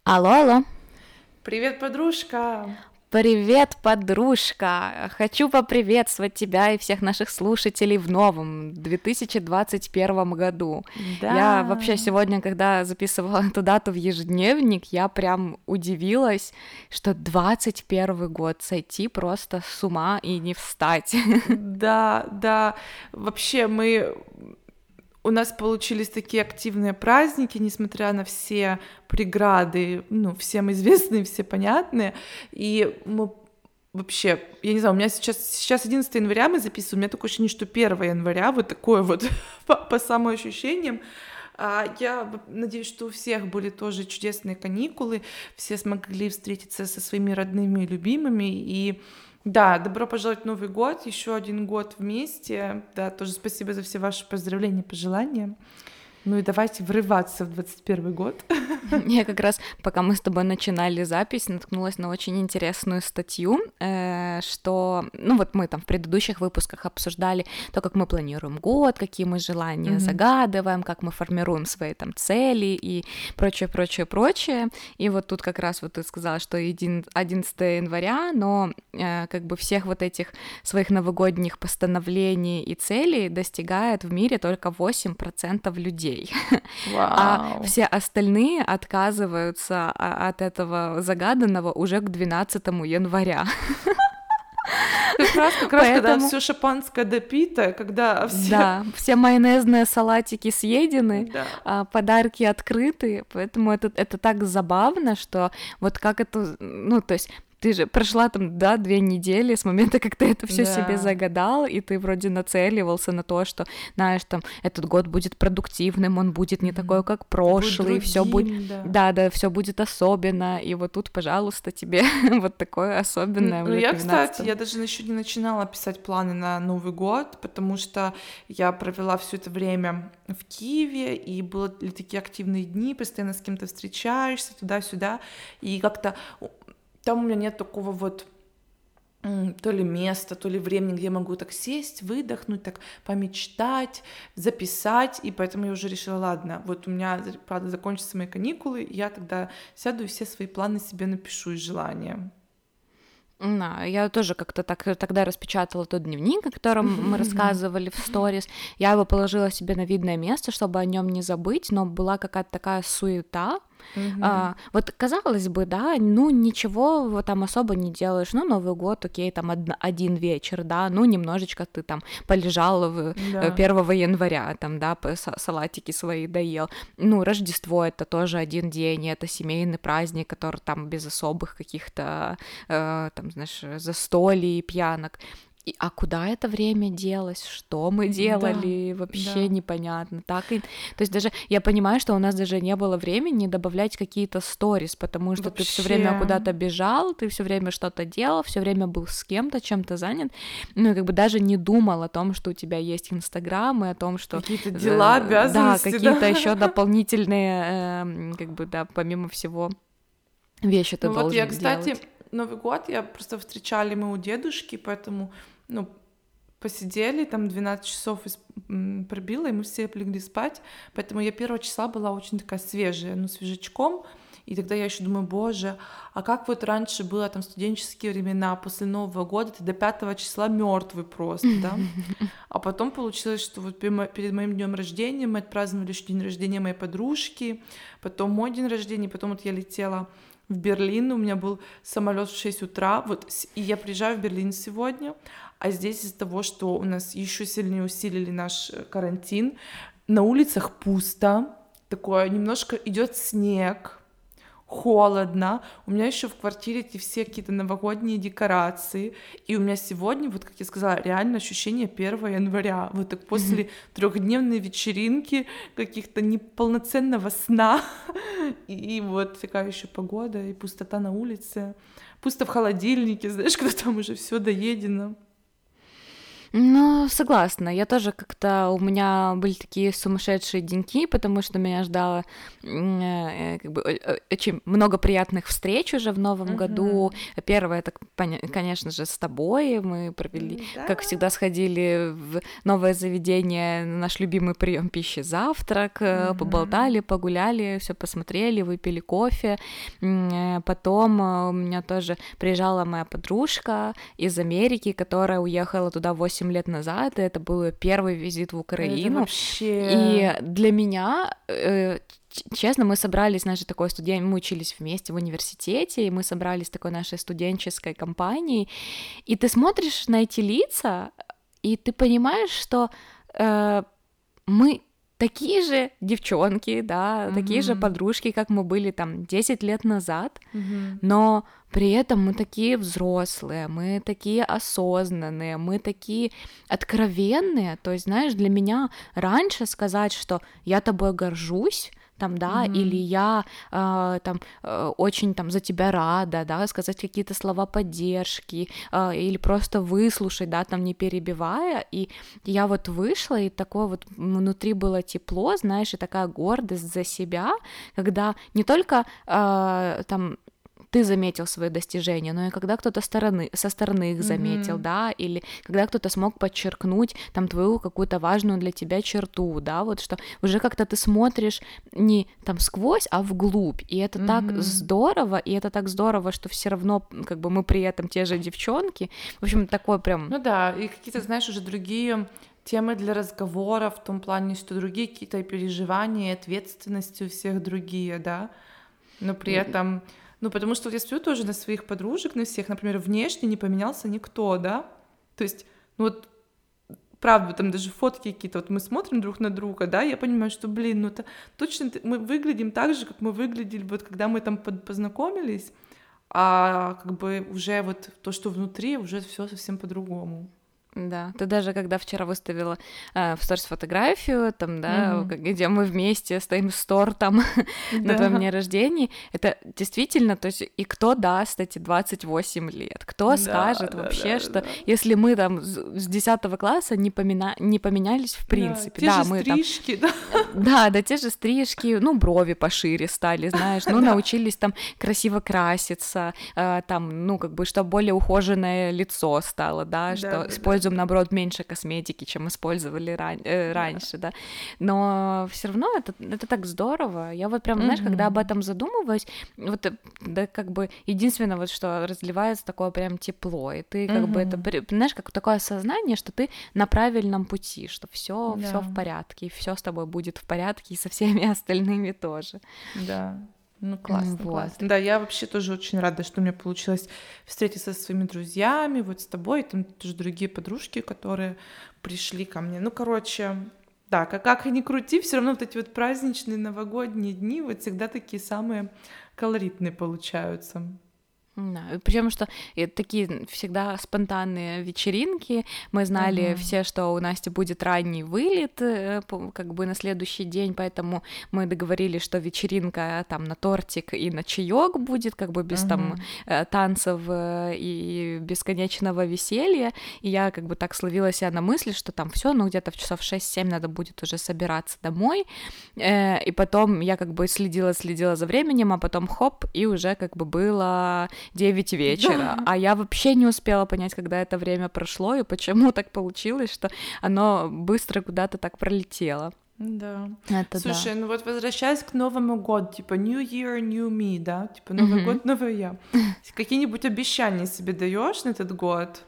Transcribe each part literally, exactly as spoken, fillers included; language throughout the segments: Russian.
Алло, алло. Привет, подружка! Привет, подружка! Хочу поприветствовать тебя и всех наших слушателей в новом две тысячи двадцать первом году. Я вообще Да, сегодня, когда записывала эту дату в ежедневник, я прям удивилась, что двадцать первый год, сойти просто с ума и не встать. да, да. Вообще мы у нас получились такие активные праздники, несмотря на все преграды, ну, всем известные, все понятные. И мы вообще, я не знаю, у меня сейчас, сейчас одиннадцатого января мы записываем, у меня такое ощущение, что первого января, вот такое вот по, по самоощущениям. А я в- надеюсь, что у всех были тоже чудесные каникулы, все смогли встретиться со своими родными и любимыми. И да, добро пожаловать в Новый год, еще один год вместе. Да, тоже спасибо за все ваши поздравления, пожелания. Ну и давайте врываться в двадцать первый год. Я как раз, пока мы с тобой начинали запись, наткнулась на очень интересную статью, э, что, ну вот мы там в предыдущих выпусках обсуждали то, как мы планируем год, какие мы желания Мгм. загадываем, как мы формируем свои там цели и прочее, прочее, прочее. И вот тут как раз вот ты сказала, что един- одиннадцатого января, но э, как бы всех вот этих своих новогодних постановлений и целей достигает в мире только восемь процентов людей. А Вау. все остальные отказываются а- от этого загаданного уже к двенадцатому января. Как раз, как раз, когда Поэтому, все шампанское допито, когда все... да, все майонезные салатики съедены, Да. а, подарки открыты, поэтому это, это так забавно, что вот как это, ну, то есть ты же прошла там, да, две недели с момента, как ты это все себе Да. загадал, и ты вроде нацеливался на то, что, знаешь, там, этот год будет продуктивным, он будет не такой, Мгм. как Будет прошлый, все будет, другим, да. да, да, все будет особенно, и вот тут, пожалуйста, тебе вот такое Н- особенное Ну, уже к я, кстати, двенадцатому. я даже еще не начинала писать планы на Новый год, потому что я провела все это время в Киеве, и были такие активные дни, постоянно с кем-то встречаешься, туда-сюда, и как-то у- там у меня нет такого вот м, то ли места, то ли времени, где я могу так сесть, выдохнуть, так помечтать, записать, и поэтому я уже решила, ладно, вот у меня, за- правда, закончатся мои каникулы, я тогда сяду и все свои планы себе напишу из желания. Да, я тоже как-то так э, тогда распечатала тот дневник, о котором мы рассказывали в сторис. Я его положила себе на видное место, чтобы о нем не забыть, но была какая-то такая суета. Мгм. А, вот казалось бы, да, ну ничего вот там особо не делаешь, ну Новый год, окей, там одна- один вечер, да, ну немножечко ты там полежал в э, Да, первого января, там, да, по- са- салатики свои доел. Ну, Рождество это тоже один день, и это семейный праздник, который там без особых каких-то э, там, знаешь, застолий, пьянок. И, а куда это время делось? Что мы да, делали? да. Вообще непонятно. Так и... То есть даже я понимаю, что у нас даже не было времени добавлять какие-то сторис, потому что ты все время Вообще, куда-то бежал, ты все время что-то делал, все время был с кем-то, чем-то занят. Ну, и как бы даже не думал о том, что у тебя есть Инстаграм, и о том, что какие-то дела, э, да, обязанности, какие-то да. еще дополнительные, э, как бы, да, помимо всего, вещи ты Ну вот я, должен кстати, делать. Новый год я просто встречали мы у дедушки, поэтому, ну, посидели, там двенадцать часов из- м, пробило, и мы все легли спать, поэтому я первого числа была очень такая свежая, ну, свежачком, и тогда я еще думаю, боже, а как вот раньше было там студенческие времена, после Нового года ты до пятого числа мертвый просто, да? А потом получилось, что вот перед мо- перед моим днем рождения мы отпраздновали еще день рождения моей подружки, потом мой день рождения, потом вот я летела в Берлин, у меня был самолет в шесть утра, вот, с- и я приезжаю в Берлин сегодня, а здесь из-за того, что у нас еще сильнее усилили наш э, карантин, на улицах пусто, такое немножко идет снег, холодно. У меня еще в квартире эти все какие-то новогодние декорации. И у меня сегодня, вот как я сказала, реально ощущение первого января. Вот так после трехдневной вечеринки, каких-то неполноценного сна. И, и вот такая еще погода, и пустота на улице. Пусто в холодильнике, знаешь, когда там уже все доедено. Ну, согласна. Я тоже как-то... У меня были такие сумасшедшие деньки, потому что меня ждало м, э, как бы, э, э, очень много приятных встреч уже в новом году. Мгм. Первое, это, поня- конечно же, с тобой. Мы провели, Да. как всегда, сходили в новое заведение, на наш любимый прием пищи завтрак, э, поболтали, Мгм. погуляли, все посмотрели, выпили кофе. М, э, Потом э, у меня тоже приезжала моя подружка из Америки, которая уехала туда восемь лет назад, и это был её первый визит в Это Украину. вообще... И для меня, э, ч- честно, мы собрались, знаешь, такой студент, мы учились вместе в университете, и мы собрались такой нашей студенческой компанией, и ты смотришь на эти лица, и ты понимаешь, что э, мы такие же девчонки, да, такие же Мгм. подружки, как мы были там десять лет назад, Мгм. но при этом мы такие взрослые, мы такие осознанные, мы такие откровенные. То есть, знаешь, для меня раньше сказать, что я тобой горжусь, там, да, или Мгм. я э, там э, очень там за тебя рада, да, сказать какие-то слова поддержки, э, или просто выслушать, да, там не перебивая, и я вот вышла, и такое вот внутри было тепло, знаешь, и такая гордость за себя, когда не только э, там ты заметил свои достижения, но и когда кто-то стороны, со стороны их заметил, Мгм. да, или когда кто-то смог подчеркнуть там твою какую-то важную для тебя черту, да, вот что уже как-то ты смотришь не там сквозь, а вглубь, и это так Мгм. здорово, и это так здорово, что все равно как бы мы при этом те же девчонки, в общем, такой прям, Ну да, и какие-то, знаешь, уже другие темы для разговора в том плане, что другие какие-то переживания, ответственности у всех другие, да, но при м, этом, ну, потому что вот я смотрю тоже на своих подружек, на всех, например, внешне не поменялся никто, да, то есть, ну вот, правда, там даже фотки какие-то, вот мы смотрим друг на друга, да, я понимаю, что, блин, ну это точно т- мы выглядим так же, как мы выглядели, вот когда мы там под- познакомились, а как бы уже вот то, что внутри, уже все совсем по-другому. да, ты даже когда вчера выставила э, в сторис фотографию, там, да, Мгм. как- где мы вместе стоим с тортом на твоем Да, дне рождения, это действительно, то есть, и кто даст эти двадцать восемь лет, кто да, скажет да, да, вообще, что да. если мы там с с десятого класса не, помина... не поменялись в Да, принципе, те да, же мы там стрижки, да, Э, да, да, те же стрижки, ну, брови пошире стали, знаешь, ну, да, научились там красиво краситься, э, там, ну, как бы, чтобы более ухоженное лицо стало, да, да, что да, да, используем, да, наоборот, меньше косметики, чем использовали ран- э, да. раньше, да, но все равно это, это так здорово, я вот прям, знаешь, когда об Мгм. этом задумываюсь, вот, э, да, как бы, единственное, вот, что разливается такое прям тепло, и ты, как бы, это, Мгм. при- знаешь, как такое осознание, что ты на правильном пути, что все, все в Да, порядке, и все с тобой будет в порядке, и со всеми остальными тоже. да. Ну, М, классно, Вот. классно. Да, я вообще тоже очень рада, что у меня получилось встретиться со своими друзьями, вот с тобой, там тоже другие подружки, которые пришли ко мне. Ну, короче, да, как, как и ни крути, все равно вот эти вот праздничные новогодние дни вот всегда такие самые колоритные получаются. Да, причем что и такие всегда спонтанные вечеринки. Мы знали Мгм. все, что у Насти будет ранний вылет, э, по- как бы на следующий день, поэтому мы договорились, что вечеринка там на тортик и на чаек будет, как бы без там Мгм. э, танцев э, и бесконечного веселья. И я как бы так словила себя на мысли, что там все, ну где-то в часов шесть-семь надо будет уже собираться домой. Э, и потом я как бы следила, следила за временем, а потом хоп, и уже как бы было девять вечера, Да, а я вообще не успела понять, когда это время прошло и почему так получилось, что оно быстро куда-то так пролетело. да. Это да. Слушай, ну вот возвращаясь к Новому году, типа New Year, New Me, да, типа Новый Мгм. год, новое я. Какие-нибудь обещания себе даешь на этот год?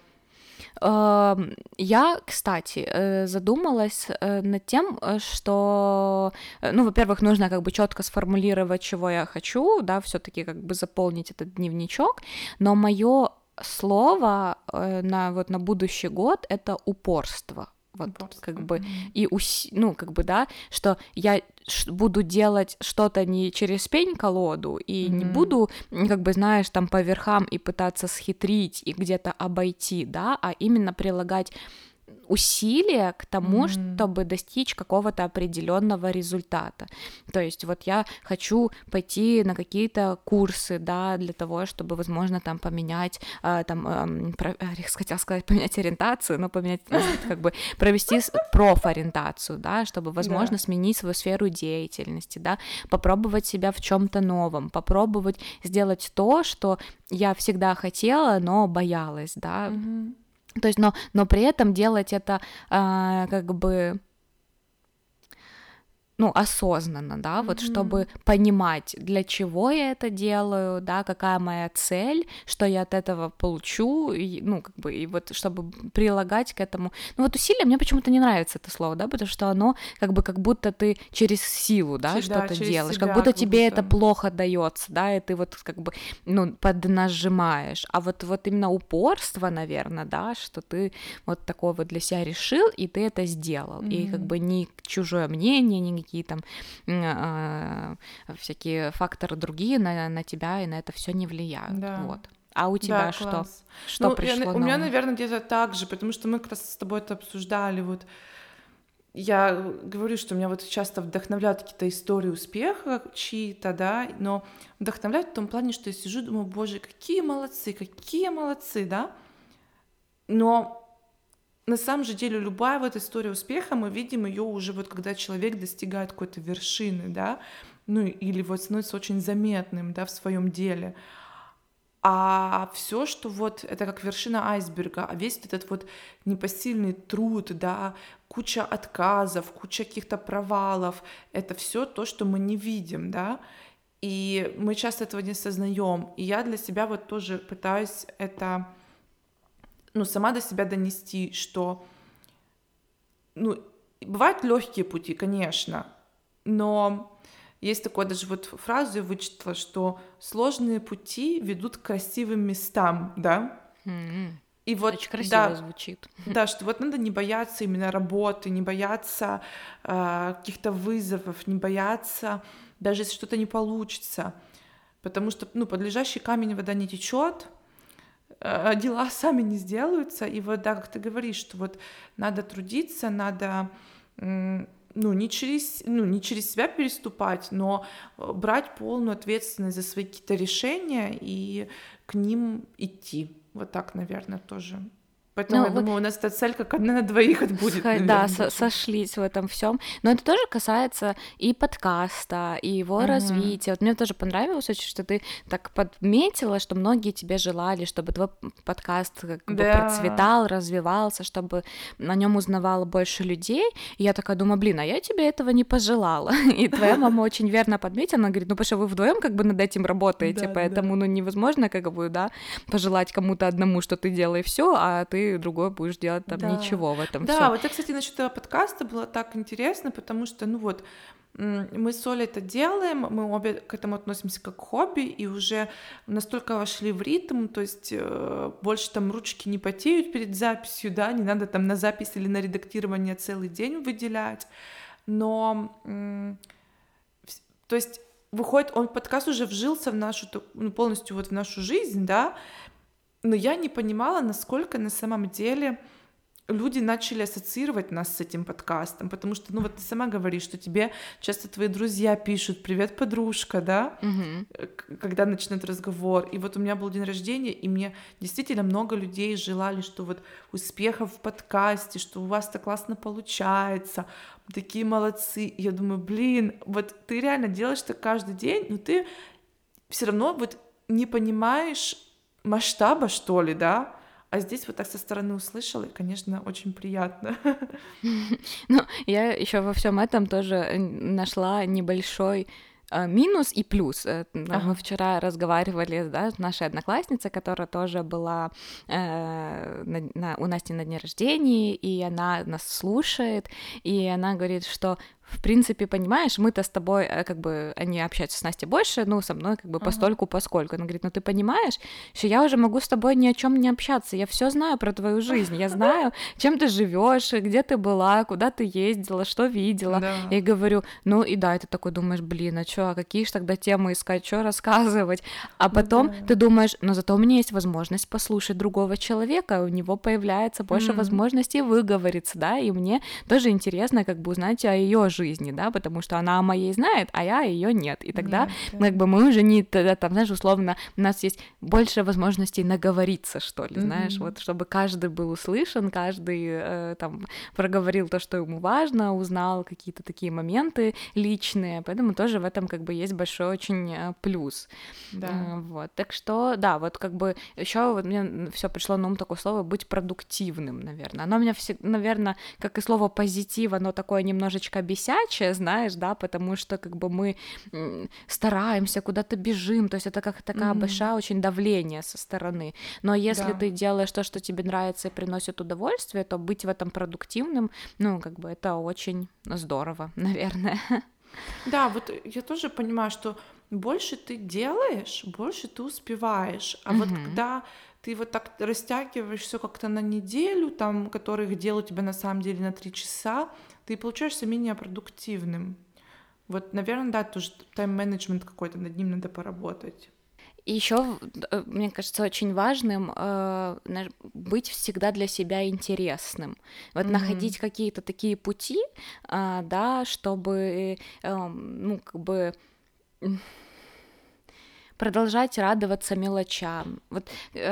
Ам, Я, кстати, э, задумалась э, над тем, э, что, э, ну, во-первых, нужно как бы четко сформулировать, чего я хочу, да, все-таки как бы заполнить этот дневничок, но мое слово э, на вот на будущий год это упорство. Вот как Упорство. бы Мгм. и ус... ну как бы да, что я ш- буду делать что-то не через пень-колоду и не Мгм. буду, м, как бы знаешь, там по верхам и пытаться схитрить и где-то обойти, да, а именно прилагать усилия к тому, Мгм. чтобы достичь какого-то определенного результата. То есть вот я хочу пойти на какие-то курсы, да, для того, чтобы, возможно, там поменять, э, там, эм, про- э, я хотела сказать, поменять ориентацию, но поменять, э, как бы провести с- профориентацию, да, чтобы, возможно, Да. сменить свою сферу деятельности, да, попробовать себя в чем-то новом, попробовать сделать то, что я всегда хотела, но боялась, да. Мгм. То есть, но, но при этом делать это а, как бы, ну, осознанно, да, вот чтобы Мгм. понимать, для чего я это делаю, да, какая моя цель, что я от этого получу, и, ну, как бы, и вот чтобы прилагать к этому, ну, вот усилие, мне почему-то не нравится это слово, да, потому что оно как бы, как будто ты через силу, да, Че- Да, что-то через делаешь, как себя будто как тебе это будто. плохо дается, да, и ты вот как бы, ну, поднажимаешь, а вот, вот именно упорство, наверное, да, что ты вот такое вот для себя решил, и ты это сделал, и как Мгм. бы ни чужое мнение, ни какие там а, всякие факторы другие на, на тебя и на это все не влияют, Да. вот. А у Да, тебя что? класс. Что Ну, я на- пришло у на меня, ум? наверное, где-то так же, потому что мы как раз с тобой это обсуждали. Вот я говорю, что меня вот часто вдохновляют какие-то истории успеха чьи-то, да, но вдохновляют в том плане, что я сижу и думаю, боже, какие молодцы, какие молодцы, да. Но на самом же деле любая вот история успеха, мы видим ее уже вот когда человек достигает какой-то вершины, да, ну или вот становится очень заметным, да, в своем деле. А все, что вот это как вершина айсберга, а весь этот вот непосильный труд, да, куча отказов, куча каких-то провалов, это все то, что мы не видим, да, и мы часто этого не осознаем. И я для себя вот тоже пытаюсь это, ну, сама до себя донести, что, ну, бывают легкие пути, конечно, но есть такое даже вот фразу я вычитала, что сложные пути ведут к красивым местам, да. М, И вот, Очень красиво да, звучит. да, что вот надо не бояться именно работы, не бояться а, каких-то вызовов, не бояться, даже если что-то не получится, потому что, ну, под лежащий камень вода не течет, а, дела сами не сделаются, и вот, да, как ты говоришь, что вот надо трудиться, надо, м, ну, не через, ну, не через себя переступать, но э, брать полную ответственность за свои какие-то решения и к ним идти. Вот так, наверное, тоже. Поэтому я Ну, вы думаю, у нас эта цель как одна на двоих это будет, Сха- да, наверное, со- даже. сошлись в этом всем. Но это тоже касается и подкаста, и его Мгм. развития. Вот мне тоже понравилось очень, что ты так подметила, что многие тебе желали, чтобы твой подкаст как бы Да, процветал, развивался, чтобы на нем узнавало больше людей. И я такая думаю, блин, а я тебе этого не пожелала. И твоя мама очень верно подметила, она говорит, ну потому что вы вдвоем как бы над этим работаете, да, да. поэтому ну невозможно как бы, да, пожелать кому-то одному, что ты делай все, а ты другой будешь делать там Да, ничего в этом да, всем. вот это, кстати, насчет этого подкаста было так интересно, потому что, ну вот, м, мы с Олей это делаем, мы обе к этому относимся как к хобби, и уже настолько вошли в ритм, то есть э, больше там ручки не потеют перед записью, да, не надо там на запись или на редактирование целый день выделять, но, м, вс- то есть выходит, он подкаст уже вжился в нашу, т- ну, полностью вот в нашу жизнь, да, но я не понимала, насколько на самом деле люди начали ассоциировать нас с этим подкастом, потому что, ну вот ты сама говоришь, что тебе часто твои друзья пишут «Привет, подружка», да, Мгм. э, к- когда начнут разговор. И вот у меня был день рождения, и мне действительно много людей желали, что вот успехов в подкасте, что у вас так классно получается, такие молодцы. И я думаю, блин, вот ты реально делаешь так каждый день, но ты все равно вот не понимаешь масштаба, что ли, да, а здесь вот так со стороны услышала, и, конечно, очень приятно. Ну, я еще во всем этом тоже э, нашла небольшой э, минус и плюс. Э, н- Мы Ага. вчера разговаривали, да, с нашей одноклассницей, которая тоже была э, на- на- у Насти на дне рождения, и она нас слушает, и она говорит, что в принципе, понимаешь, мы-то с тобой, э, как бы, они общаются с Настей больше, ну, со мной, как бы, Ага. постольку, поскольку. Она говорит, ну, ты понимаешь, что я уже могу с тобой ни о чем не общаться, я все знаю про твою жизнь, я знаю, чем ты живешь, где ты была, куда ты ездила, что видела. Да. Я говорю, ну, и да, и ты такой думаешь, блин, а чё, а какие ж тогда темы искать, что рассказывать? А потом да. ты думаешь, но зато у меня есть возможность послушать другого человека, у него появляется больше М. возможностей выговориться, да, и мне тоже интересно, как бы, узнать о ее жизни, да, потому что она о моей знает, а я ее нет. И тогда, Нет, да. как бы, мы уже не тогда, там, знаешь, условно, у нас есть больше возможностей наговориться, что ли, знаешь, Мгм. вот, чтобы каждый был услышан, каждый э, там проговорил то, что ему важно, узнал какие-то такие моменты личные, поэтому тоже в этом, как бы, есть большой очень э, плюс. Да. Э, Вот, так что, да, вот, как бы, еще вот мне все пришло на ум такое слово быть продуктивным, наверное. Оно у меня всегда, наверное, как и слово позитив, оно такое немножечко бесячее, знаешь, да, потому что, как бы, мы м, стараемся, куда-то бежим, то есть это как такая Мгм. большая очень давление со стороны. Но если Да. ты делаешь то, что тебе нравится и приносит удовольствие, то быть в этом продуктивным, ну, как бы, это очень здорово, наверное. Да, вот я тоже понимаю, что больше ты делаешь, больше ты успеваешь. А вот Мгм. когда ты вот так растягиваешь все как-то на неделю, там, которых дел у тебя на самом деле на три часа, ты получаешься менее продуктивным. Вот, наверное, да, тоже тайм-менеджмент какой-то, над ним надо поработать. И еще, мне кажется, очень важным э, знаешь, быть всегда для себя интересным. Вот Мгм. находить какие-то такие пути, а, да, чтобы, э, ну, как бы м, продолжать радоваться мелочам. Вот э,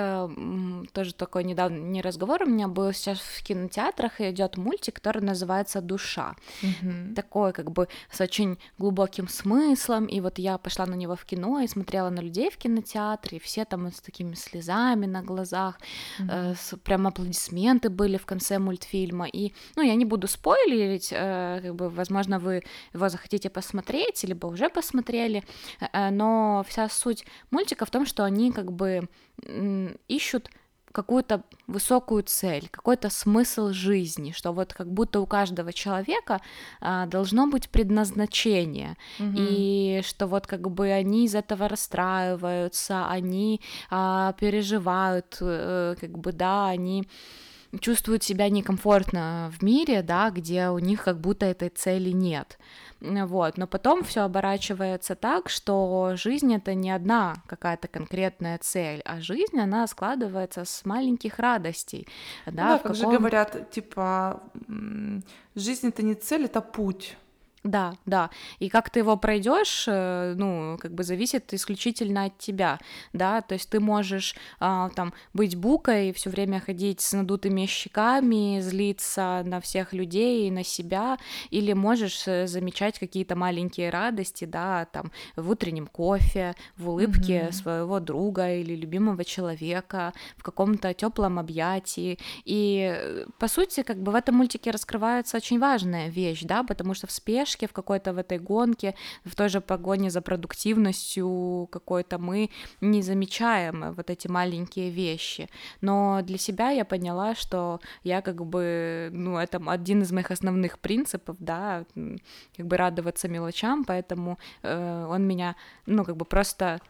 м, тоже такой недавний разговор у меня был. Сейчас в кинотеатрах идет мультик, который называется «Душа». Мгм. Такой, как бы, с очень глубоким смыслом, и вот я пошла на него в кино и смотрела на людей в кинотеатре, и все там с такими слезами на глазах, э, Мгм. с, прям аплодисменты были в конце мультфильма, и, ну, я не буду спойлерить, э, как бы, возможно, вы его захотите посмотреть, либо уже посмотрели, э, но вся суть мультика в том, что они, как бы, м, ищут какую-то высокую цель, какой-то смысл жизни, что вот как будто у каждого человека а, должно быть предназначение, Мгм. и что вот как бы они из этого расстраиваются, они а, переживают, э, как бы, да, они чувствуют себя некомфортно в мире, да, где у них как будто этой цели нет. Вот, но потом все оборачивается так, что жизнь это не одна какая-то конкретная цель, а жизнь, она складывается с маленьких радостей, Ну да, да, в как же каком говорят, типа, м, жизнь это не цель, это путь. Да, да. И как ты его пройдешь, э, ну, как бы зависит исключительно от тебя, да. То есть ты можешь а, там быть букой, все время ходить с надутыми щеками, злиться на всех людей и на себя, или можешь э, замечать какие-то маленькие радости, да, там в утреннем кофе, в улыбке Мгм. своего друга или любимого человека, в каком-то теплом объятии. И э, по сути, как бы в этом мультике раскрывается очень важная вещь, да, потому что в спешке, в какой-то в этой гонке, в той же погоне за продуктивностью какой-то мы не замечаем вот эти маленькие вещи. Но для себя я поняла, что я как бы, ну, это один из моих основных принципов, да, м, как бы радоваться мелочам, поэтому э, он меня, ну, как бы просто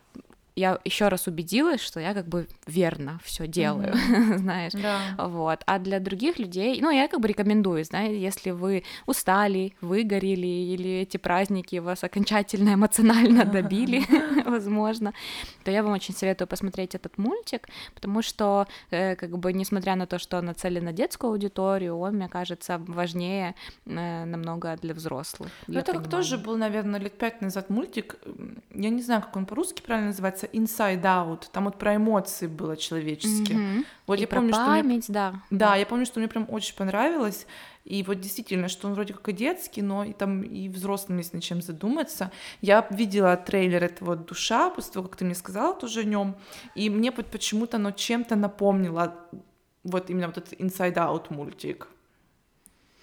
я еще раз убедилась, что я как бы верно все делаю, Мгм. знаешь, Да. вот. А для других людей, ну, я как бы рекомендую, знаете, если вы устали, выгорели, или эти праздники вас окончательно эмоционально добили, возможно, то я вам очень советую посмотреть этот мультик, потому что, э, как бы, несмотря на то, что он нацелен на детскую аудиторию, он, мне кажется, важнее э, намного для взрослых, Ну, для это как тоже понимания. был, наверное, лет пять назад мультик. м, Я не знаю, как он по-русски правильно называется, Inside Out. Там вот про эмоции было человеческие. Мгм. Вот И я про помню, что мне... п- память, да, Да, да. я помню, что мне прям очень понравилось. И вот действительно, что он вроде как и детский, но и там и взрослым есть над чем задуматься. Я видела трейлер этого вот «Душа», после того, как ты мне сказала тоже о нем, и мне вот почему-то оно чем-то напомнило вот именно вот этот Inside Out мультик.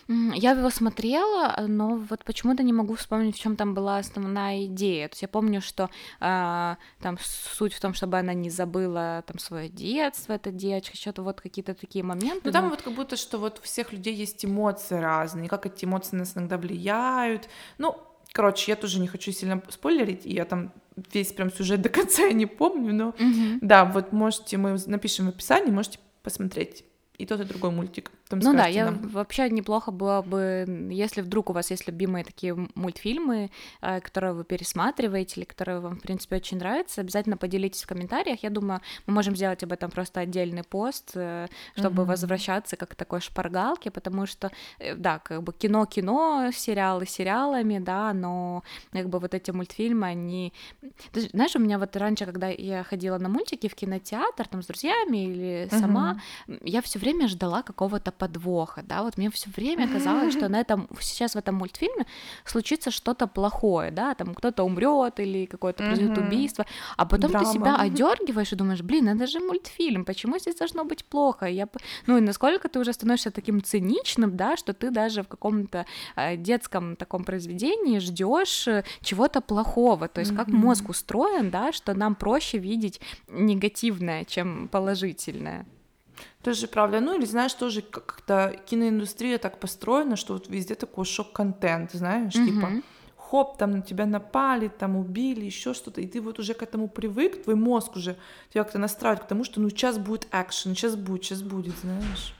Я его смотрела, но вот почему-то не могу вспомнить, в чем там была основная идея. То есть я помню, что а, там суть в том, чтобы она не забыла там свое детство, эта девочка, что-то вот какие-то такие моменты. Ну там но... вот как будто, что вот у всех людей есть эмоции разные, как эти эмоции нас иногда влияют. Ну, короче, я тоже не хочу сильно спойлерить, и я там весь прям сюжет до конца я не помню, но Мгм. да, вот можете, мы напишем в описании, можете посмотреть и тот, и другой мультик. Потом Ну да, скажете я нам. вообще неплохо было бы, если вдруг у вас есть любимые такие м- мультфильмы, э, которые вы пересматриваете или которые вам, в принципе, очень нравятся, обязательно поделитесь в комментариях. Я думаю, мы можем сделать об этом просто отдельный пост, э, чтобы Мгм. возвращаться как к такой шпаргалке, потому что, э, да, как бы кино-кино, сериалы сериалами, да, но как бы вот эти мультфильмы, они... Ты ж- знаешь, у меня вот раньше, когда я ходила на мультики в кинотеатр, там, с друзьями или сама, Мгм. м, я все время ждала какого-то подвоха, да, вот мне все время казалось, что на этом сейчас в этом мультфильме случится что-то плохое, да, там кто-то умрет или какое-то произойдет Мгм. убийство, а потом ты Драма. себя одергиваешь и думаешь, блин, это же мультфильм, почему здесь должно быть плохо? Я, п- ну и насколько ты уже становишься таким циничным, да, что ты даже в каком-то э, детском таком произведении ждешь э, чего-то плохого, то есть как мозг Мгм. устроен, да, что нам проще видеть негативное, чем положительное. Тоже правда. Ну или знаешь, тоже как- как-то киноиндустрия так построена, что вот везде такой шок-контент, знаешь, типа Мгм. хоп, там на тебя напали, там убили, еще что-то, и ты вот уже к этому привык, твой мозг уже тебя как-то настраивает к тому, что ну сейчас будет экшен, сейчас будет, сейчас будет, знаешь.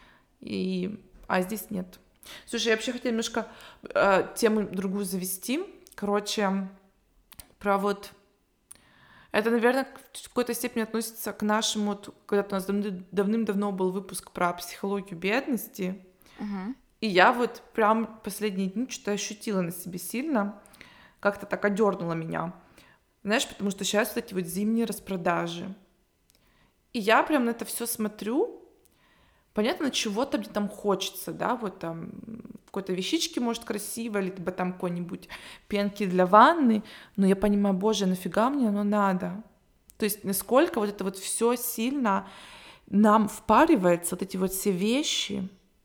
И... А здесь нет. Слушай, я вообще хотела немножко э, тему другую завести. Короче, про вот это, наверное, в какой-то степени относится к нашему, вот, когда-то у нас давны- давным-давно был выпуск про психологию бедности, Мгм. и я вот прям последние дни что-то ощутила на себе сильно, как-то так одернула меня. Знаешь, потому что сейчас вот эти вот зимние распродажи. И я прям на это все смотрю. Понятно, чего-то мне там хочется, да, вот там какой-то вещички, может, красивой, либо там какой-нибудь пенки для ванны, но я понимаю, боже, нафига мне оно надо? То есть насколько вот это вот все сильно нам впаривается, вот эти вот все вещи,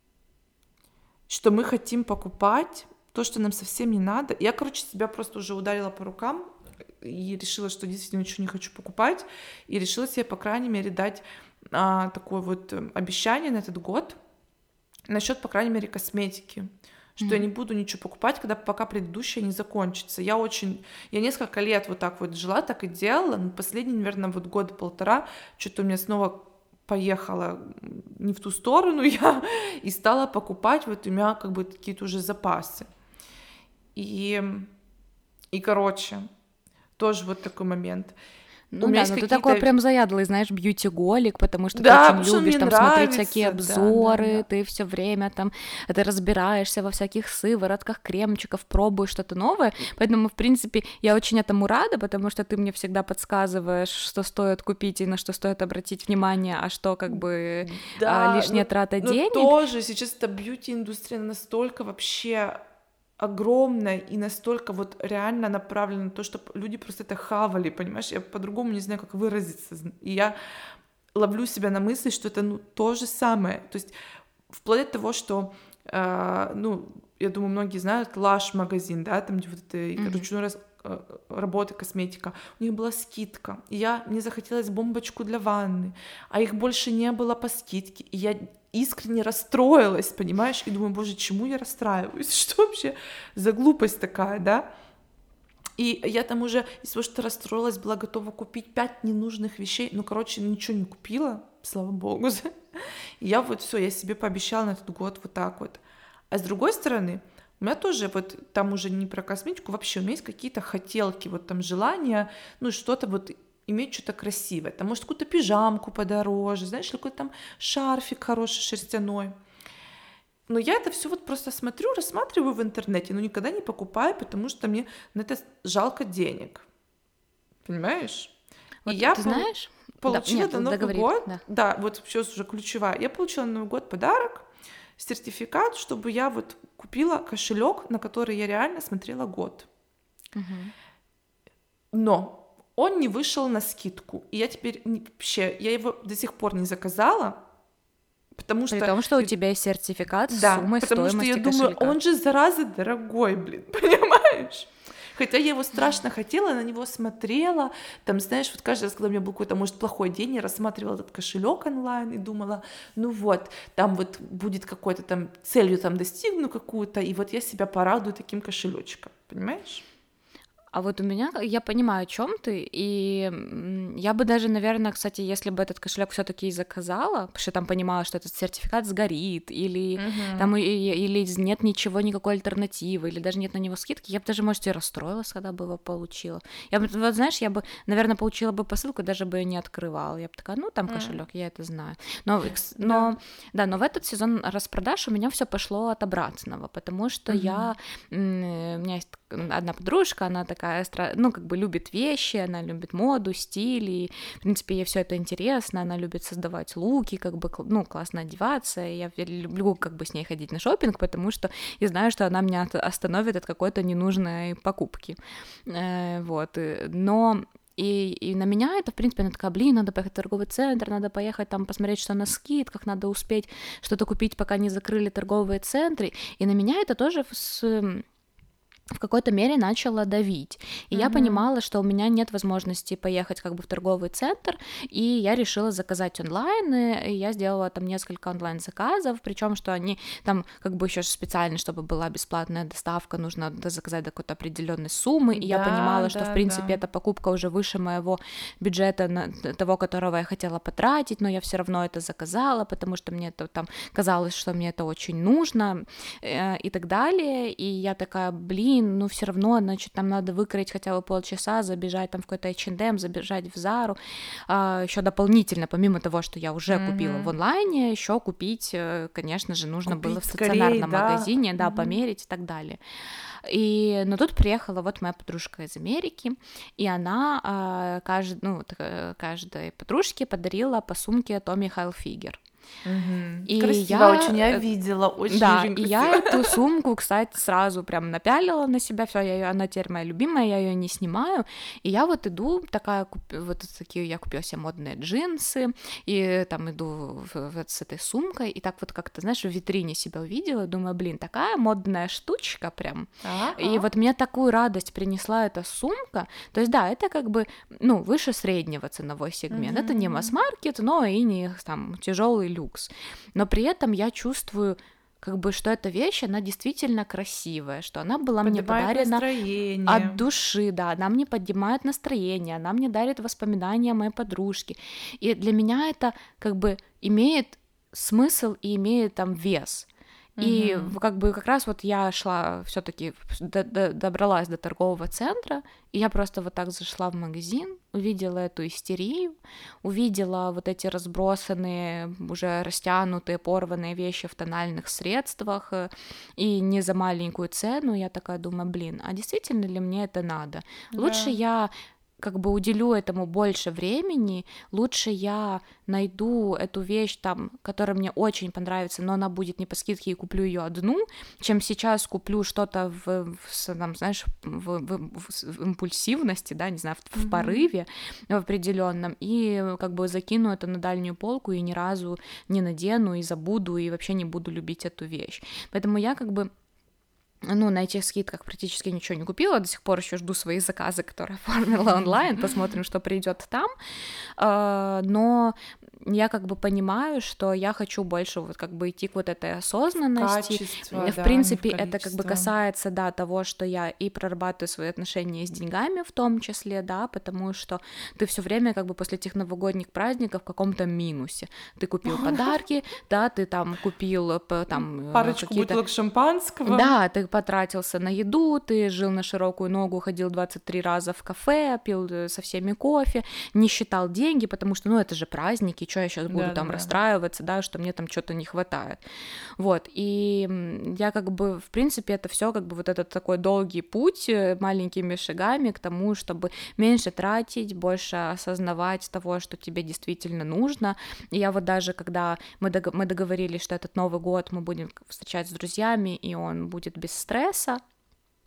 что мы хотим покупать, то, что нам совсем не надо. Я, короче, себя просто уже ударила по рукам и решила, что действительно ничего не хочу покупать, и решила себе, по крайней мере, дать а, такое вот э, обещание на этот год насчет, по крайней мере, косметики, что я Мгм. не буду ничего покупать, когда пока предыдущее не закончится. Я очень, я несколько лет вот так вот жила, так и делала, но последний, наверное, вот год-полтора что-то у меня снова поехала не в ту сторону я и стала покупать, вот у меня как бы какие-то уже запасы. И, и короче, тоже вот такой момент. У Ну меня да, есть ну ты такой какие-то... прям заядлый, знаешь, бьюти-голик, потому что ты Да, очень потому что он любишь мне там смотреть всякие нравится, да, да, обзоры, да. ты все время там, ты разбираешься во всяких сыворотках, кремчиков, пробуешь что-то новое, поэтому, в принципе, я очень этому рада, потому что ты мне всегда подсказываешь, что стоит купить и на что стоит обратить внимание, а что как бы а, Да, лишняя но, трата но денег. тоже сейчас эта бьюти-индустрия настолько вообще огромная и настолько вот реально направлена на то, чтобы люди просто это хавали, понимаешь? Я по-другому не знаю, как выразиться. И я ловлю себя на мысли, что это ну, то же самое. То есть вплоть до того, что, э, ну, я думаю, многие знают Lush магазин, да, там где вот это Мгм. ручной раз, э, работа, косметика. У них была скидка, и я, мне захотелось бомбочку для ванны, а их больше не было по скидке, и я искренне расстроилась, понимаешь, и думаю, боже, чему я расстраиваюсь, что вообще за глупость такая, да? И я там уже из-за того, что расстроилась, была готова купить пять ненужных вещей. Ну, короче, ничего не купила, слава богу. И я вот все, я себе пообещала на этот год вот так вот. А с другой стороны, у меня тоже вот там уже не про косметику, вообще у меня есть какие-то хотелки, вот там желания, ну, что-то вот иметь что-то красивое. Там, может, какую-то пижамку подороже, знаешь, какой-то там шарфик хороший шерстяной. Но я это все вот просто смотрю, рассматриваю в интернете, но никогда не покупаю, потому что мне на это жалко денег. Понимаешь? И Вот я ты полу- знаешь? Да, получила нет, на Новый договори, год, да. да, вот сейчас уже ключевая, я получила на Новый год подарок, сертификат, чтобы я вот купила кошелек, на который я реально смотрела год. Мгм. Но он не вышел на скидку. И я теперь не- вообще, я его до сих пор не заказала, Потому При что... том, что у тебя есть сертификат с Да, суммой потому что стоимости я думаю, кошелька. он же, зараза, дорогой, блин, понимаешь? Хотя я его страшно хотела, на него смотрела, там, знаешь, вот каждый раз, когда у меня был какой-то, может, плохой день, я рассматривала этот кошелек онлайн и думала, ну вот, там вот будет какой-то там, целью там достигну какую-то, и вот я себя порадую таким кошелечком, понимаешь? А вот у меня, я понимаю, о чем ты, и м, я бы даже, наверное, кстати, если бы этот кошелек все-таки и заказала, потому что там понимала, что этот сертификат сгорит, или Мгм. там и- и- или нет ничего, никакой альтернативы, или даже нет на него скидки, я бы даже, может, и расстроилась, когда бы его получила. Я бы, вот знаешь, я бы, наверное, получила бы посылку, даже бы ее не открывала. Я бы такая, ну, там М. кошелек, я это знаю. Но, экс- Да. но да, но в этот сезон распродаж у меня все пошло от обратного, потому что Мгм. я, м, у меня есть одна подружка, она такая, стра- ну, как бы любит вещи, она любит моду, стиль, и, в принципе, ей все это интересно, она любит создавать луки, как бы, кл- ну, классно одеваться, и я в- люблю, как бы, с ней ходить на шопинг, потому что я знаю, что она меня от- остановит от какой-то ненужной покупки, Э, вот, и- но и, и на меня это, в принципе, она такая, блин, надо поехать в торговый центр, надо поехать там посмотреть, что на скидках, надо успеть что-то купить, пока не закрыли торговые центры, и на меня это тоже с в какой-то мере начала давить. И я Мгм. понимала, что у меня нет возможности поехать как бы в торговый центр, и я решила заказать онлайн, и я сделала там несколько онлайн-заказов, причем что они там как бы еще специально, чтобы была бесплатная доставка, нужно д- заказать до какой-то определенной суммы, и я Да, понимала, что в да, принципе да. эта покупка уже выше моего бюджета, на- того, которого я хотела потратить, но я все равно это заказала, потому что мне это там казалось, что мне это очень нужно, э, и так далее, и я такая, блин, ну все равно, значит, там надо выкроить хотя бы полчаса, забежать там в какой-то эйч энд эм, забежать в Зару, еще дополнительно, помимо того, что я уже купила в Мгм. онлайне, еще купить, э, конечно же, нужно было в Купить скорее, стационарном да. магазине, да, Мгм. померить и так далее. И, но тут приехала вот моя подружка из Америки, и она а, кажд- ну, вот, э, каждой подружке подарила по сумке Tommy Hilfiger. Мгм. И Красиво я, очень, я э, видела, да, очень-очень и я красиво. эту сумку, кстати, сразу прям напялила на себя, все, я её, она теперь моя любимая, я ее не снимаю, и я вот иду, такая, куп- вот такие, я купила себе модные джинсы, и там иду в- в- с этой сумкой, и так вот как-то, знаешь, в витрине себя увидела, думаю, блин, такая модная штучка прям, и Ага. вот мне такую радость принесла эта сумка, то есть, да, это как бы, ну, выше среднего ценовой сегмент, это не Мгм. масс-маркет, но и не там тяжелый люкс, но при этом я чувствую, как бы, что эта вещь, она действительно красивая, что она была мне Поднимает подарена от настроение. души, да, она мне поднимает настроение, она мне дарит воспоминания о моей подружке, и для меня это как бы имеет смысл и имеет там вес. И Мгм. в- как бы как раз вот я шла, все-таки добралась до торгового центра, и я просто вот так зашла в магазин, увидела эту истерию, увидела вот эти разбросанные, уже растянутые, порванные вещи в тональных средствах, э, и не за маленькую цену. Я такая думаю, блин, а действительно ли мне это надо? Лучше Да. я как бы уделю этому больше времени, лучше я найду эту вещь там, которая мне очень понравится, но она будет не по скидке, и куплю ее одну, чем сейчас куплю что-то в, в с- там, знаешь, в, в- в- с- в импульсивности, да, не знаю, в, в Мгм. порыве в определенном, и как бы закину это на дальнюю полку и ни разу не надену, и забуду, и вообще не буду любить эту вещь. Поэтому я как бы ну, на этих скидках практически ничего не купила, до сих пор еще жду свои заказы, которые оформила онлайн, посмотрим, что придет там. А, Но я как бы понимаю, что я хочу больше вот как бы идти к вот этой осознанности. Качество, В да, не в принципе, это как бы количество. касается, да, того, что я и прорабатываю свои отношения с деньгами в том числе, да, потому что ты все время как бы после этих новогодних праздников в каком-то минусе. Ты купил подарки, да, ты там купил э, п- там э, Парочку какие-то бутылок шампанского. да, ты потратился на еду, ты жил на широкую ногу, ходил двадцать три раза в кафе, пил э, со всеми кофе, не считал деньги, потому что, ну, это же праздники, что я сейчас буду там Да-да-да. расстраиваться, да, что мне там что-то не хватает. Вот, и м, я как бы, в принципе, это все как бы вот этот такой долгий путь э, маленькими шагами к тому, чтобы меньше тратить, больше осознавать того, что тебе действительно нужно. И я вот даже, когда мы, дог- мы договорились, что этот Новый год мы будем встречать с друзьями, и он будет без стресса,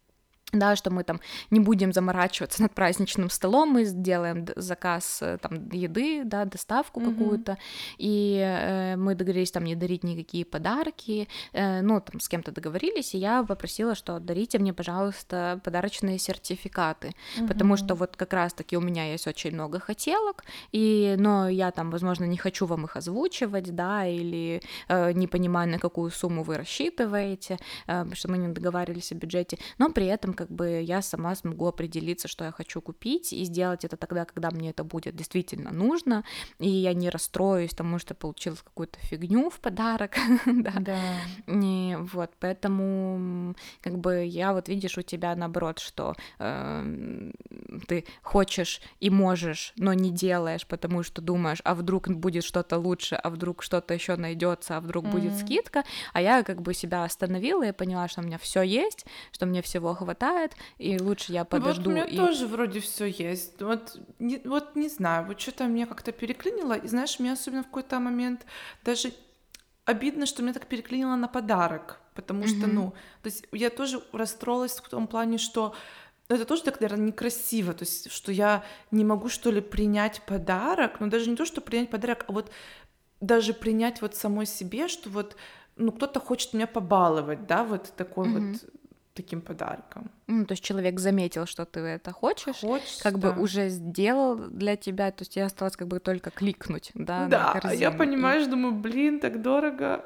да, что мы там не будем заморачиваться над праздничным столом, мы сделаем заказ там еды, да, доставку mm-hmm. какую-то, и э, мы договорились там не дарить никакие подарки, э, ну, там с кем-то договорились, и я попросила, что дарите мне, пожалуйста, подарочные сертификаты, mm-hmm. потому что вот как раз-таки у меня есть очень много хотелок, и, но я там, возможно, не хочу вам их озвучивать, да, или э, не понимаю, на какую сумму вы рассчитываете, э, потому что мы не договаривались о бюджете, но при этом как бы я сама смогу определиться, что я хочу купить, и сделать это тогда, когда мне это будет действительно нужно, и я не расстроюсь, потому что получила какую-то фигню в подарок, да. Да. И вот, поэтому как бы я вот видишь у тебя наоборот, что э, ты хочешь и можешь, но не делаешь, потому что думаешь, а вдруг будет что-то лучше, а вдруг что-то еще найдется, а вдруг mm-hmm. будет скидка, а я как бы себя остановила и поняла, что у меня все есть, что мне всего хватает, и лучше я подожду. Вот у меня и... тоже вроде все есть. Вот не, вот не знаю, вот что-то меня как-то переклинило, и знаешь, мне особенно в какой-то момент даже обидно, что меня так переклинило на подарок, потому mm-hmm. что, ну, то есть я тоже расстроилась в том плане, что это тоже так, наверное, некрасиво, то есть что я не могу, что ли, принять подарок, но даже не то, что принять подарок, а вот даже принять вот самой себе, что вот, ну, кто-то хочет меня побаловать, да, вот такой mm-hmm. вот таким подарком. Ну, то есть человек заметил, что ты это хочешь, Хочешь, как да. бы уже сделал для тебя, то есть тебе осталось как бы только кликнуть, да, да, на корзину. Я, понимаешь, и... думаю, блин, так дорого.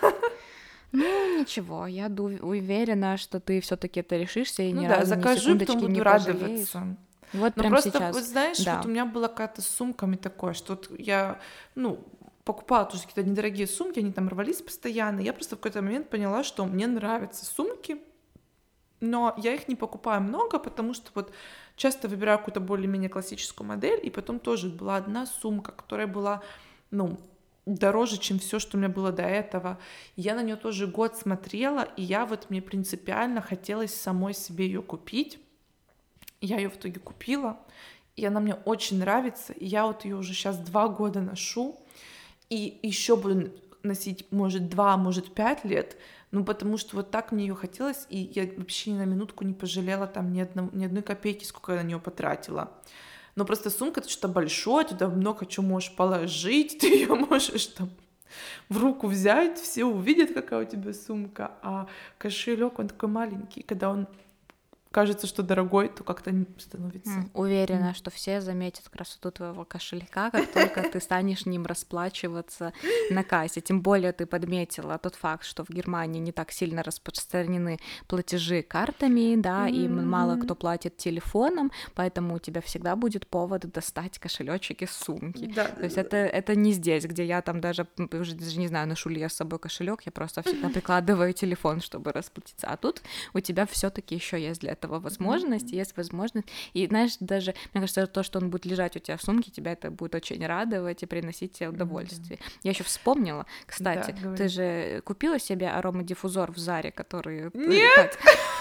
Ну, ничего, я ду- уверена, что ты все таки это решишься и ну ни да, разу закажу, ни секундочки потом буду не радоваться. пожалеешь. Вот Но прям просто, сейчас. вот знаешь, да. вот у меня была какая-то с сумками такое, что вот я, ну, покупала тоже какие-то недорогие сумки, они там рвались постоянно, я просто в какой-то момент поняла, что мне нравятся сумки, но я их не покупаю много, потому что вот часто выбираю какую-то более-менее классическую модель, и потом тоже была одна сумка, которая была, ну, дороже, чем все, что у меня было до этого. Я на нее тоже год смотрела, и я вот, мне принципиально хотелось самой себе ее купить. Я ее в итоге купила, и она мне очень нравится, и я вот ее уже сейчас два года ношу, и еще буду носить, может, два, может, пять лет, ну, потому что вот так мне ее хотелось, и я вообще ни на минутку не пожалела там ни, одно, ни одной копейки, сколько я на нее потратила. Но просто сумка — это что-то большое, туда много чего можешь положить, ты ее можешь там в руку взять, все увидят, какая у тебя сумка, а кошелек он такой маленький, когда он кажется, что дорогой, то как-то не становится. Mm, уверена, mm. что все заметят красоту твоего кошелька, как только ты станешь ним расплачиваться на кассе. Тем более ты подметила тот факт, что в Германии не так сильно распространены платежи картами, да, mm-hmm. и мало кто платит телефоном, поэтому у тебя всегда будет повод достать кошелечек из сумки. Да, То есть да. это, это не здесь, где я там даже, уже даже не знаю, ношу ли я с собой кошелек, я просто всегда прикладываю телефон, чтобы расплатиться. А тут у тебя все-таки еще есть для этого возможность, mm-hmm. есть возможность, и знаешь, даже, мне кажется, то, что он будет лежать у тебя в сумке, тебя это будет очень радовать и приносить тебе удовольствие. Mm-hmm. Я еще вспомнила, кстати, да, ты же купила себе аромадиффузор в Заре, который... Нет!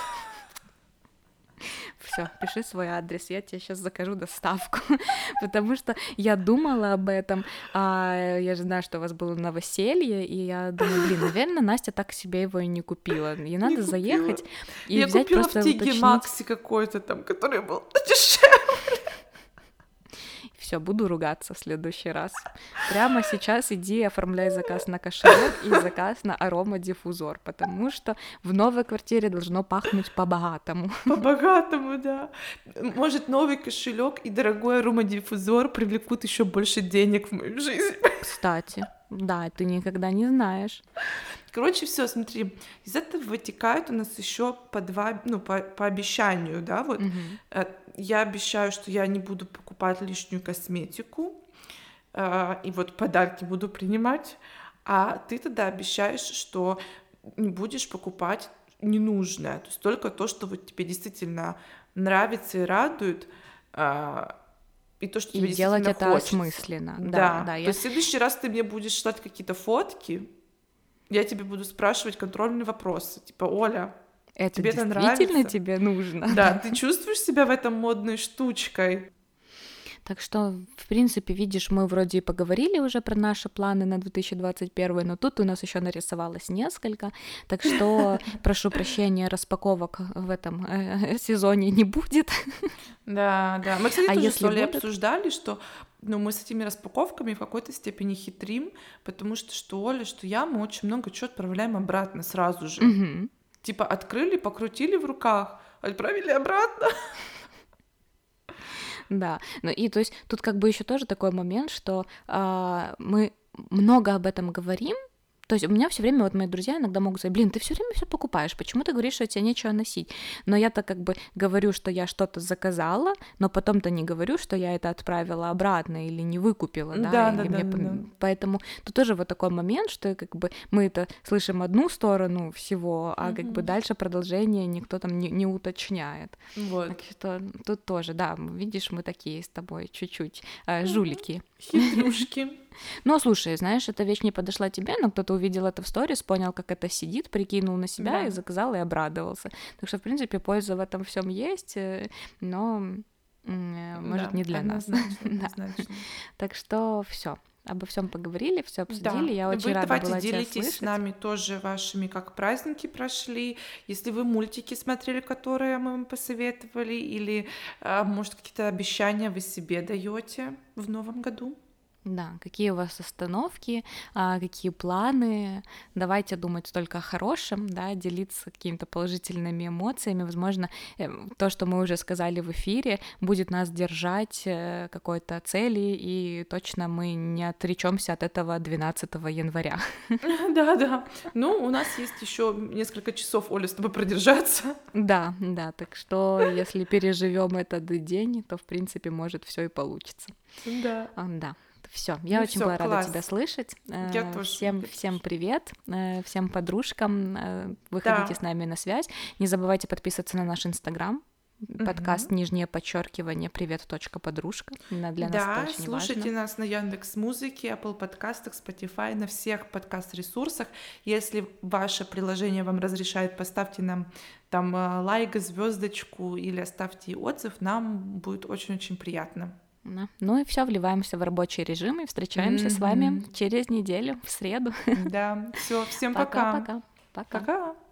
Все, пиши свой адрес, я тебе сейчас закажу доставку, потому что я думала об этом, а я же знаю, что у вас было новоселье, и я думаю, блин, наверное, Настя так себе его и не купила, ей надо заехать и я взять просто уточнить. Я купила в Тиге Макси какой-то там, который был дешевле. Все, буду ругаться в следующий раз. Прямо сейчас иди оформляй заказ на кошелек и заказ на аромадиффузор, потому что в новой квартире должно пахнуть по-богатому. По-богатому, да. Может, новый кошелек и дорогой аромадиффузор привлекут еще больше денег в мою жизнь. Кстати, да, ты никогда не знаешь. Короче, все, смотри, из этого вытекает у нас еще по два, ну, по, по обещанию, да, вот. Угу. Я обещаю, что я не буду покупать лишнюю косметику, и вот подарки буду принимать, а ты тогда обещаешь, что не будешь покупать ненужное, то есть только то, что вот тебе действительно нравится и радует, и то, что тебе и действительно делать это хочется. осмысленно. Да, да, да то я... есть в следующий раз ты мне будешь шлать какие-то фотки, я тебе буду спрашивать контрольные вопросы, типа, Оля, это тебе это действительно нравится? тебе нужно. Да, ты чувствуешь себя в этом модной штучкой? Так что, в принципе, видишь, мы вроде и поговорили уже про наши планы на две тысячи двадцать первый, но тут у нас еще нарисовалось несколько, так что прошу прощения, распаковок в этом э, сезоне не будет. Да, да. Мы, кстати, А тоже если с Олей будут? обсуждали, что ну, мы с этими распаковками в какой-то степени хитрим, потому что что Оля, что я, мы очень много чего отправляем обратно сразу же. Мгм. Типа открыли, покрутили в руках, отправили обратно. Да, ну и то есть тут как бы еще тоже такой момент, что а, мы много об этом говорим. То есть у меня все время вот мои друзья иногда могут сказать, блин, ты все время все покупаешь, почему ты говоришь, что тебе нечего носить? Но я-то как бы говорю, что я что-то заказала, но потом-то не говорю, что я это отправила обратно или не выкупила, да, Да, или да, да, мне... да, да. пом- Поэтому тут тоже вот такой момент, что как бы мы это слышим одну сторону всего, а как бы Мгм. дальше продолжение никто там не, не уточняет. Вот. Так что тут тоже, да, видишь, мы такие с тобой чуть-чуть э, Мгм. жулики. Хитрюшки. Ну, слушай, знаешь, эта вещь не подошла тебе, но кто-то увидел это в сторис, понял, как это сидит, прикинул на себя Да. и заказал, и обрадовался. Так что, в принципе, польза в этом всем есть, э, но, м, э, может, Да, не для нас. однозначно, Да. однозначно. Так что все. Обо всем поговорили, все Да, обсудили. Я очень вы рада давайте была тебя делитесь с слышать. нами тоже вашими, как праздники прошли, если вы мультики смотрели, которые мы вам посоветовали, или, а, может, какие-то обещания вы себе даете в новом году. Да, какие у вас остановки, а, какие планы. Давайте думать только о хорошем, да, делиться какими-то положительными эмоциями. Возможно, э, то, что мы уже сказали в эфире, будет нас держать э, какой-то цели, и точно мы не отречемся от этого двенадцатого января. Да, да. Ну, у нас есть еще несколько часов, Оля, с тобой продержаться. Да, да, так что если переживем этот день, то, в принципе, может, все и получится. Да. А, Да. Все, я Ну очень всё, была рада тебя класс. слышать. Я Э, тоже, Всем, я всем тоже. привет, э, всем подружкам. э, Выходите с Да. нами на связь. Не забывайте подписываться на наш инстаграм. Подкаст Мгм. нижнее подчеркивание привет точка подружка. На- Для нас это Да, очень слушайте важно. нас на Яндекс Музыке, Apple подкастах, Spotify, на всех подкаст-ресурсах. Если ваше приложение вам разрешает, поставьте нам там э, лайк, звездочку или оставьте отзыв, нам будет очень-очень приятно. Да. Ну и все, вливаемся в рабочий режим и встречаемся с вами Мгм. через неделю в среду. Да, все, всем пока. Пока-пока. Пока. Пока.